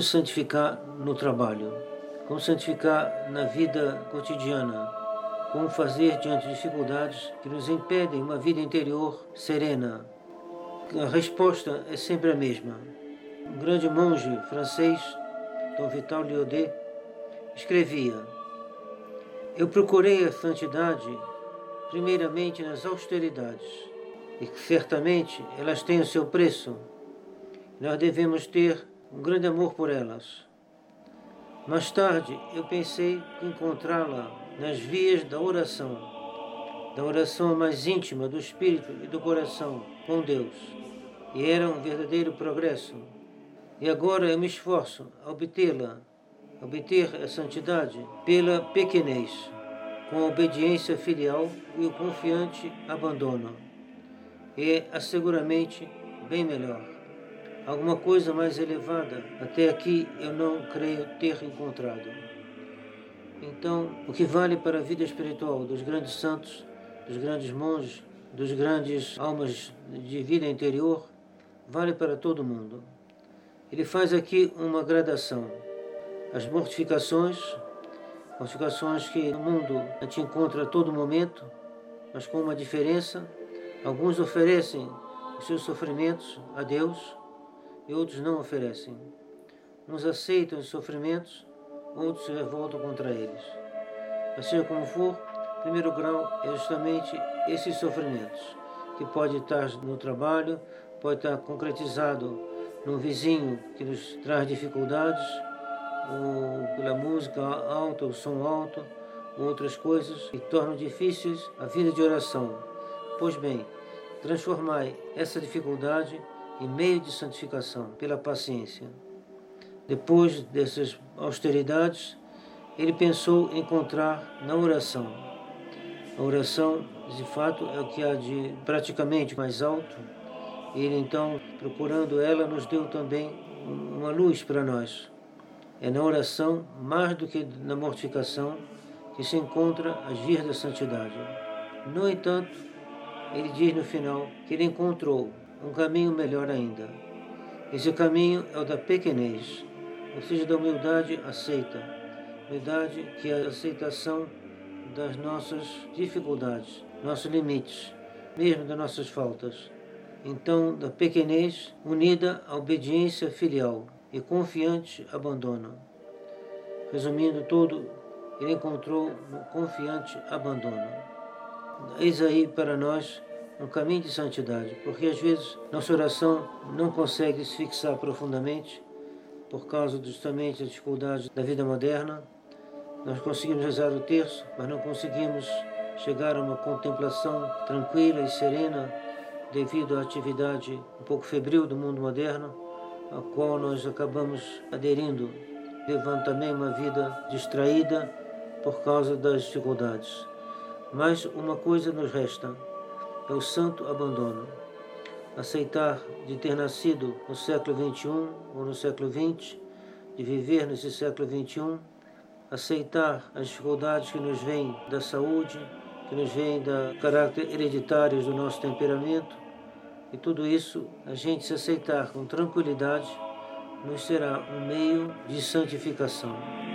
como santificar no trabalho, como santificar na vida cotidiana, como fazer diante de dificuldades que nos impedem uma vida interior serena. A resposta é sempre a mesma. Um grande monge francês, Dom Vital Liaudet, escrevia: eu procurei a santidade primeiramente nas austeridades, e que certamente elas têm o seu preço. Nós devemos ter um grande amor por elas. Mais tarde, eu pensei encontrá-la nas vias da oração mais íntima do espírito e do coração com Deus, e era um verdadeiro progresso. E agora eu me esforço a obter a santidade pela pequenez, com a obediência filial e o confiante abandono. E é seguramente bem melhor. Alguma coisa mais elevada até aqui eu não creio ter encontrado. Então, o que vale para a vida espiritual dos grandes santos, dos grandes monges, dos grandes almas de vida interior, vale para todo mundo. Ele faz aqui uma gradação. As mortificações que no mundo a gente encontra a todo momento, mas com uma diferença. Alguns oferecem os seus sofrimentos a Deus e outros não oferecem. Uns aceitam os sofrimentos, outros se revoltam contra eles. Mas seja como for, o primeiro grau é justamente esses sofrimentos, que pode estar no trabalho, pode estar concretizado num vizinho que nos traz dificuldades, ou pela música alta, o som alto, ou outras coisas que tornam difíceis a vida de oração. Pois bem, transformai essa dificuldade em meio de santificação pela paciência. Depois dessas austeridades, ele pensou encontrar na oração. A oração, de fato, é o que há de praticamente mais alto. Ele então, procurando ela, nos deu também uma luz para nós. É na oração, mais do que na mortificação, que se encontra as vias da santidade. No entanto, ele diz no final que ele encontrou um caminho melhor ainda. Esse caminho é o da pequenez, ou seja, da humildade aceita. Humildade que é a aceitação das nossas dificuldades, nossos limites, mesmo das nossas faltas. Então, da pequenez unida à obediência filial e confiante abandono. Resumindo tudo, ele encontrou no confiante abandono. Eis aí para nós um caminho de santidade, porque às vezes nossa oração não consegue se fixar profundamente por causa justamente das dificuldades da vida moderna. Nós conseguimos rezar o terço, mas não conseguimos chegar a uma contemplação tranquila e serena devido à atividade um pouco febril do mundo moderno, a qual nós acabamos aderindo, levando também uma vida distraída por causa das dificuldades. Mas uma coisa nos resta, é o santo abandono. Aceitar de ter nascido no século XXI ou no século XX, de viver nesse século XXI, aceitar as dificuldades que nos vêm da saúde, que nos vêm do caráter hereditário do nosso temperamento, e tudo isso, a gente se aceitar com tranquilidade, nos será um meio de santificação.